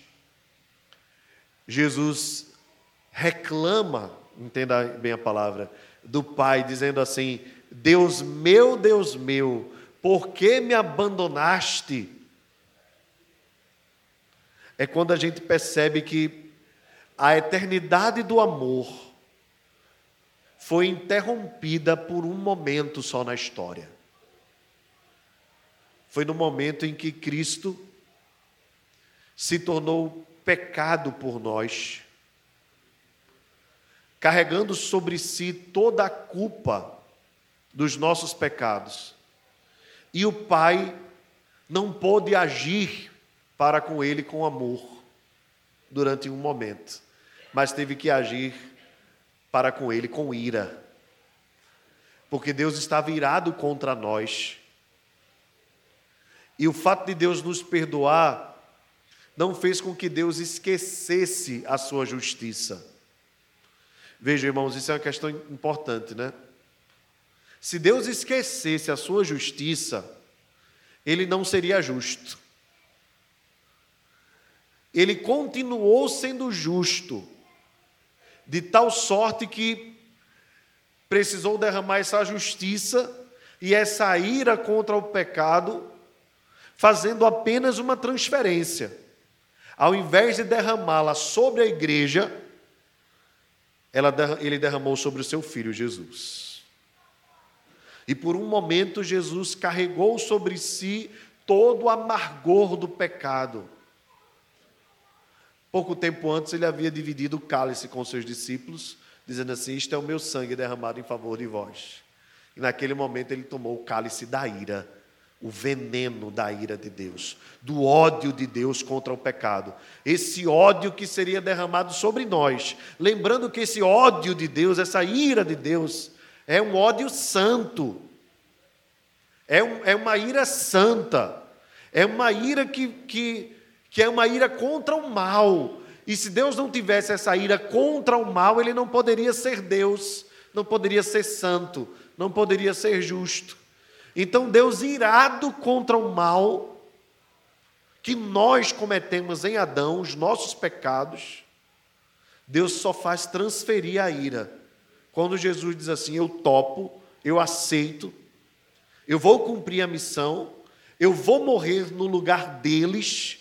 Jesus reclama, entenda bem a palavra, do Pai, dizendo assim: Deus meu, Deus meu, por que me abandonaste? É quando a gente percebe que a eternidade do amor foi interrompida por um momento só na história. Foi no momento em que Cristo se tornou pecado por nós, carregando sobre si toda a culpa dos nossos pecados. E o Pai não pôde agir para com ele com amor durante um momento, mas teve que agir para com ele com ira, porque Deus estava irado contra nós. E o fato de Deus nos perdoar não fez com que Deus esquecesse a sua justiça. Vejam, irmãos, isso é uma questão importante, né? Se Deus esquecesse a sua justiça, ele não seria justo. Ele continuou sendo justo, de tal sorte que precisou derramar essa justiça e essa ira contra o pecado, fazendo apenas uma transferência. Ao invés de derramá-la sobre a igreja, ela, ele derramou sobre o seu Filho Jesus. E por um momento Jesus carregou sobre si todo o amargor do pecado. Pouco tempo antes ele havia dividido o cálice com seus discípulos, dizendo assim: isto é o meu sangue derramado em favor de vós. E naquele momento ele tomou o cálice da ira, o veneno da ira de Deus, do ódio de Deus contra o pecado. Esse ódio que seria derramado sobre nós. Lembrando que esse ódio de Deus, essa ira de Deus, é um ódio santo. É, um, é uma ira santa. É uma ira que, que, que é uma ira contra o mal. E se Deus não tivesse essa ira contra o mal, ele não poderia ser Deus, não poderia ser santo, não poderia ser justo. Então Deus, irado contra o mal que nós cometemos em Adão, os nossos pecados, Deus só faz transferir a ira. Quando Jesus diz assim: eu topo, eu aceito, eu vou cumprir a missão, eu vou morrer no lugar deles.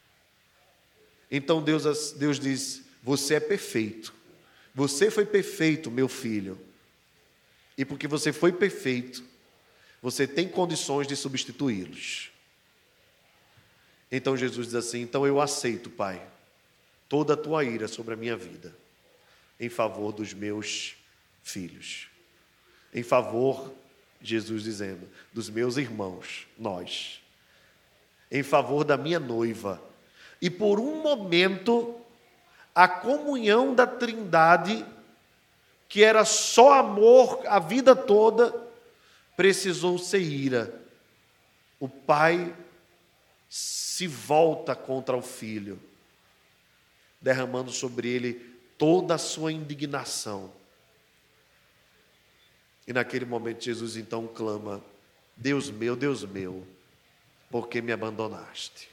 Então Deus, Deus diz: você é perfeito, você foi perfeito, meu filho, e porque você foi perfeito, você tem condições de substituí-los. Então Jesus diz assim: então eu aceito, Pai, toda a tua ira sobre a minha vida, em favor dos meus filhos, em favor, Jesus dizendo, dos meus irmãos, nós, em favor da minha noiva. E por um momento, a comunhão da Trindade, que era só amor a vida toda, precisou ser ira. O Pai se volta contra o filho, derramando sobre ele toda a sua indignação. E naquele momento Jesus então clama: Deus meu, Deus meu, por que me abandonaste?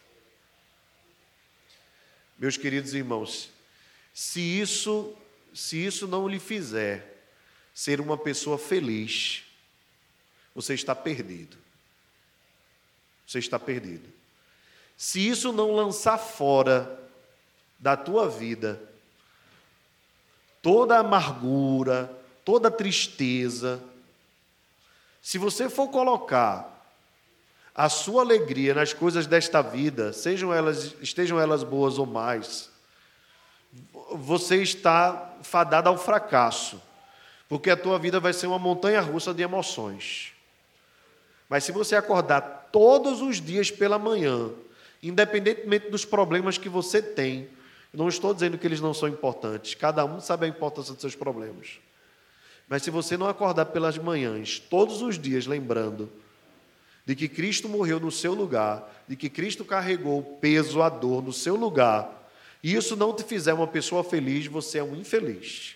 Meus queridos irmãos, se isso, se isso não lhe fizer ser uma pessoa feliz, você está perdido. Você está perdido. Se isso não lançar fora da tua vida toda a amargura, toda a tristeza, se você for colocar a sua alegria nas coisas desta vida, sejam elas, estejam elas boas ou más, você está fadado ao fracasso, porque a tua vida vai ser uma montanha-russa de emoções. Mas se você acordar todos os dias pela manhã, independentemente dos problemas que você tem, não estou dizendo que eles não são importantes, cada um sabe a importância dos seus problemas. Mas se você não acordar pelas manhãs, todos os dias, lembrando de que Cristo morreu no seu lugar, de que Cristo carregou o peso, a dor no seu lugar, e isso não te fizer uma pessoa feliz, você é um infeliz.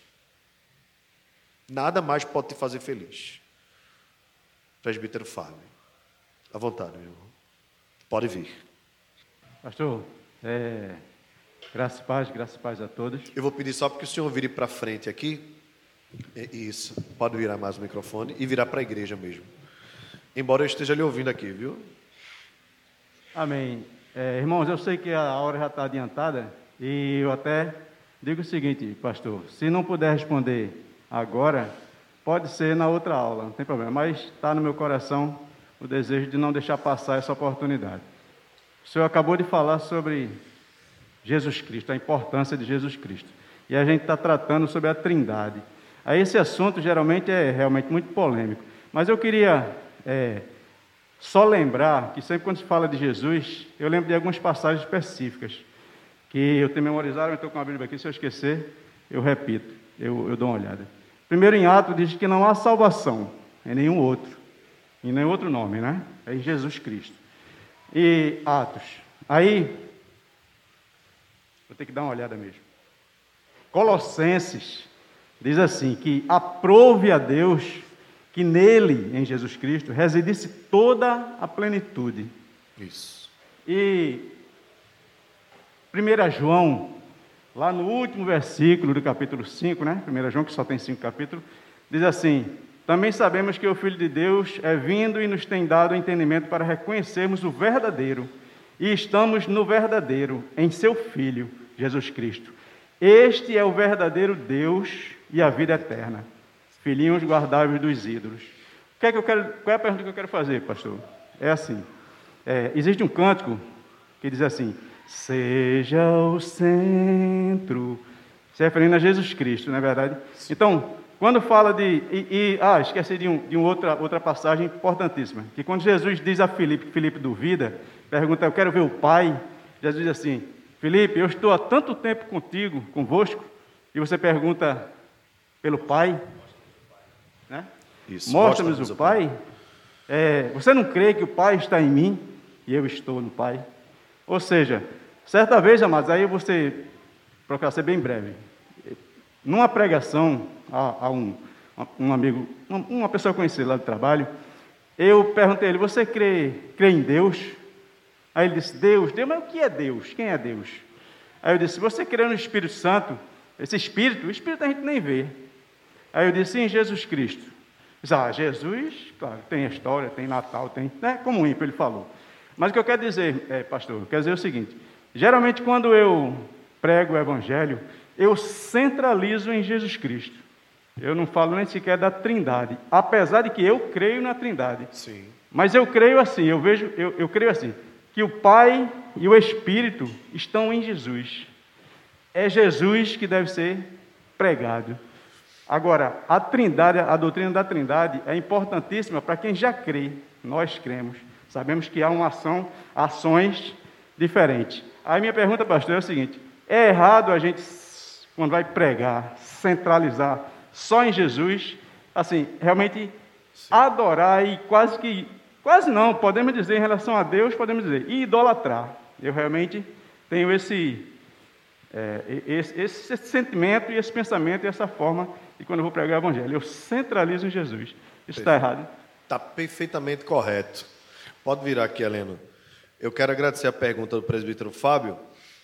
Nada mais pode te fazer feliz. Presbítero Fábio, à vontade, meu irmão. Pode vir. Pastor, é, graças e paz, graças e paz a todos. Eu vou pedir só porque o senhor vire para frente aqui. É isso, pode virar mais o microfone e virar para a igreja mesmo. Embora eu esteja lhe ouvindo aqui, viu? Amém. É, irmãos, eu sei que a hora já está adiantada e eu até digo o seguinte, pastor, se não puder responder agora, pode ser na outra aula, não tem problema, mas está no meu coração o desejo de não deixar passar essa oportunidade. O senhor acabou de falar sobre Jesus Cristo, a importância de Jesus Cristo, e a gente está tratando sobre a Trindade. Aí esse assunto geralmente é realmente muito polêmico, mas eu queria é, só lembrar que sempre quando se fala de Jesus, eu lembro de algumas passagens específicas, que eu tenho memorizado, eu estou com a Bíblia aqui, se eu esquecer, eu repito, eu, eu dou uma olhada. Primeiro em Atos diz que não há salvação em nenhum outro, em nenhum outro nome, né? É em Jesus Cristo. E Atos, aí, vou ter que dar uma olhada mesmo. Colossenses diz assim, que aprove a Deus que nele, em Jesus Cristo, residisse toda a plenitude. Isso. E primeiro João, lá no último versículo do capítulo cinco, né? primeiro João, que só tem cinco capítulos, diz assim: também sabemos que o Filho de Deus é vindo e nos tem dado o entendimento para reconhecermos o verdadeiro, e estamos no verdadeiro, em seu Filho, Jesus Cristo. Este é o verdadeiro Deus e a vida eterna, filhinhos guardáveis dos ídolos. O que é que eu quero, qual é a pergunta que eu quero fazer, pastor? É assim, é, existe um cântico que diz assim: seja o centro, se referindo a Jesus Cristo, não é verdade? Então, quando fala de... E, e, ah, esqueci de, um, de uma outra, outra passagem importantíssima, que quando Jesus diz a Filipe, que Filipe duvida, pergunta, eu quero ver o Pai, Jesus diz assim: Filipe, eu estou há tanto tempo contigo, convosco, e você pergunta pelo Pai, né? Isso, mostra-nos mostra-nos o Pai. É, você não crê que o Pai está em mim e eu estou no Pai? Ou seja, certa vez, amados, aí você, para ser bem breve, numa pregação a, a um, a um amigo, uma, uma pessoa conhecida lá do trabalho, eu perguntei a ele: você crê, crê em Deus? Aí ele disse: Deus, Deus, mas o que é Deus? Quem é Deus? Aí eu disse: você crê no Espírito Santo? Esse Espírito, o Espírito a gente nem vê. Aí eu disse: em Jesus Cristo. Eu disse: ah, Jesus, claro, tem história, tem Natal, tem, né, como o ímpio ele falou. Mas o que eu quero dizer, é, pastor, eu quero dizer o seguinte: geralmente quando eu prego o Evangelho, eu centralizo em Jesus Cristo. Eu não falo nem sequer da Trindade, apesar de que eu creio na Trindade. Sim. Mas eu creio assim, eu vejo, eu, eu creio assim, que o Pai e o Espírito estão em Jesus. É Jesus que deve ser pregado. Agora, a Trindade, a doutrina da Trindade é importantíssima para quem já crê. Nós cremos. Sabemos que há uma ação, ações diferentes. Aí minha pergunta, pastor, é o seguinte: é errado a gente, quando vai pregar, centralizar só em Jesus, assim, realmente Sim. adorar e quase que Quase não, podemos dizer em relação a Deus, podemos dizer, e idolatrar. Eu realmente tenho esse, é, esse, esse sentimento e esse pensamento e essa forma, e quando eu vou pregar o Evangelho, eu centralizo em Jesus. Isso está errado? Está perfeitamente correto. Pode virar aqui, Heleno. Eu quero agradecer a pergunta do presbítero Fábio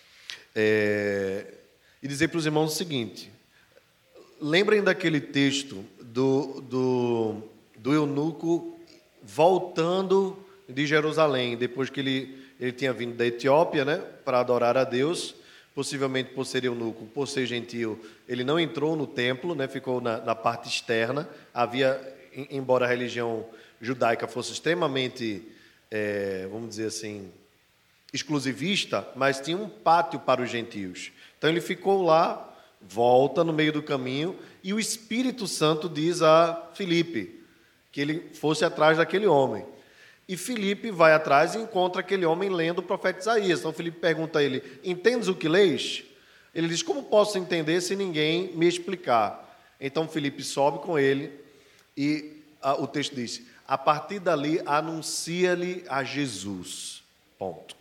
é, e dizer para os irmãos o seguinte: lembrem daquele texto do, do, do eunuco voltando de Jerusalém, depois que ele, ele tinha vindo da Etiópia, né, para adorar a Deus, possivelmente por ser eunuco, por ser gentil, ele não entrou no templo, né, ficou na, na parte externa. Havia, embora a religião judaica fosse extremamente, é, vamos dizer assim, exclusivista, mas tinha um pátio para os gentios. Então ele ficou lá, volta no meio do caminho, e o Espírito Santo diz a Filipe que ele fosse atrás daquele homem. E Filipe vai atrás e encontra aquele homem lendo o profeta Isaías. Então Filipe pergunta a ele: entendes o que lês? Ele diz: como posso entender se ninguém me explicar? Então Filipe sobe com ele e a, o texto diz: a partir dali anuncia-lhe a Jesus. Ponto.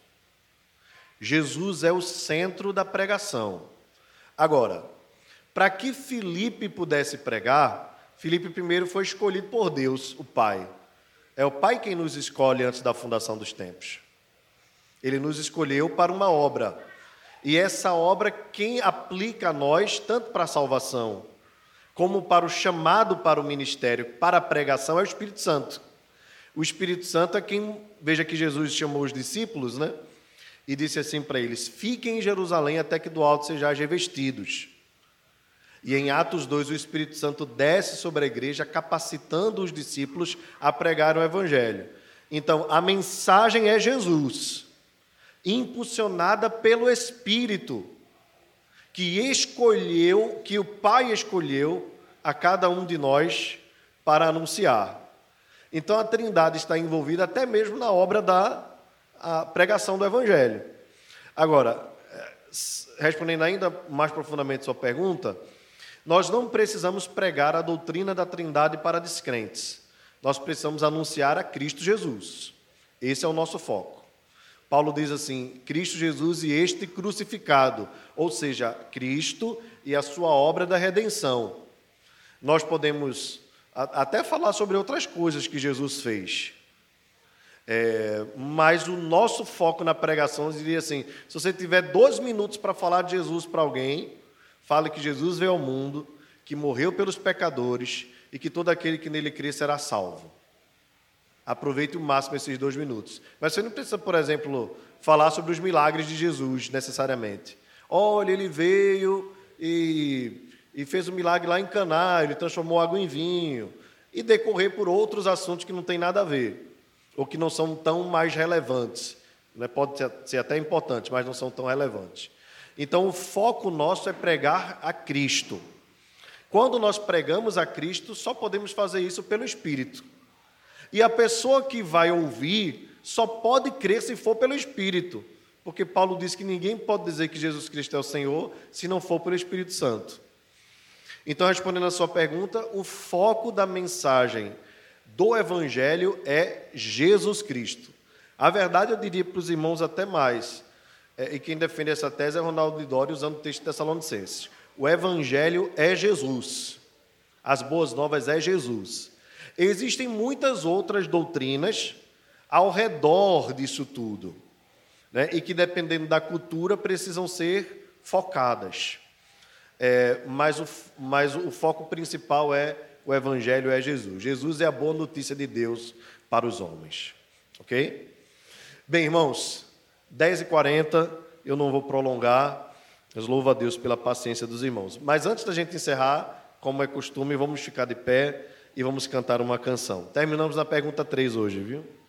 Jesus é o centro da pregação. Agora, para que Filipe pudesse pregar, Filipe primeiro foi escolhido por Deus, o Pai. É o Pai quem nos escolhe antes da fundação dos tempos. Ele nos escolheu para uma obra. E essa obra, quem aplica a nós, tanto para a salvação, como para o chamado para o ministério, para a pregação, é o Espírito Santo. O Espírito Santo é quem, veja que Jesus chamou os discípulos, né? E disse assim para eles: fiquem em Jerusalém até que do alto sejais revestidos. E em Atos dois, o Espírito Santo desce sobre a igreja, capacitando os discípulos a pregar o Evangelho. Então, a mensagem é Jesus, impulsionada pelo Espírito, que escolheu, que o Pai escolheu a cada um de nós para anunciar. Então, a Trindade está envolvida até mesmo na obra da a pregação do Evangelho. Agora, respondendo ainda mais profundamente a sua pergunta, nós não precisamos pregar a doutrina da Trindade para descrentes. Nós precisamos anunciar a Cristo Jesus. Esse é o nosso foco. Paulo diz assim: Cristo Jesus e este crucificado, ou seja, Cristo e a sua obra da redenção. Nós podemos até falar sobre outras coisas que Jesus fez, é, mas o nosso foco na pregação diria assim: se você tiver dois minutos para falar de Jesus para alguém, fale que Jesus veio ao mundo, que morreu pelos pecadores e que todo aquele que nele crê será salvo. Aproveite o máximo esses dois minutos. Mas você não precisa, por exemplo, falar sobre os milagres de Jesus, necessariamente. Olha, ele veio e, e fez um milagre lá em Caná, ele transformou água em vinho, e decorrer por outros assuntos que não tem nada a ver, ou que não são tão mais relevantes. Né? Pode ser, ser até importantes, mas não são tão relevantes. Então, o foco nosso é pregar a Cristo. Quando nós pregamos a Cristo, só podemos fazer isso pelo Espírito. E a pessoa que vai ouvir só pode crer se for pelo Espírito, porque Paulo diz que ninguém pode dizer que Jesus Cristo é o Senhor se não for pelo Espírito Santo. Então, respondendo a sua pergunta, o foco da mensagem do Evangelho é Jesus Cristo. A verdade, eu diria para os irmãos até mais, é, e quem defende essa tese é Ronaldo Lidório, usando o texto de Tessalonicenses. O Evangelho é Jesus. As boas novas é Jesus. Existem muitas outras doutrinas ao redor disso tudo, né? E que, dependendo da cultura, precisam ser focadas. É, mas, o, mas o foco principal é o Evangelho é Jesus. Jesus é a boa notícia de Deus para os homens. Ok? Bem, irmãos, dez e quarenta, eu não vou prolongar, mas louvo a Deus pela paciência dos irmãos. Mas antes da gente encerrar, como é costume, vamos ficar de pé e vamos cantar uma canção. Terminamos na pergunta três hoje, viu?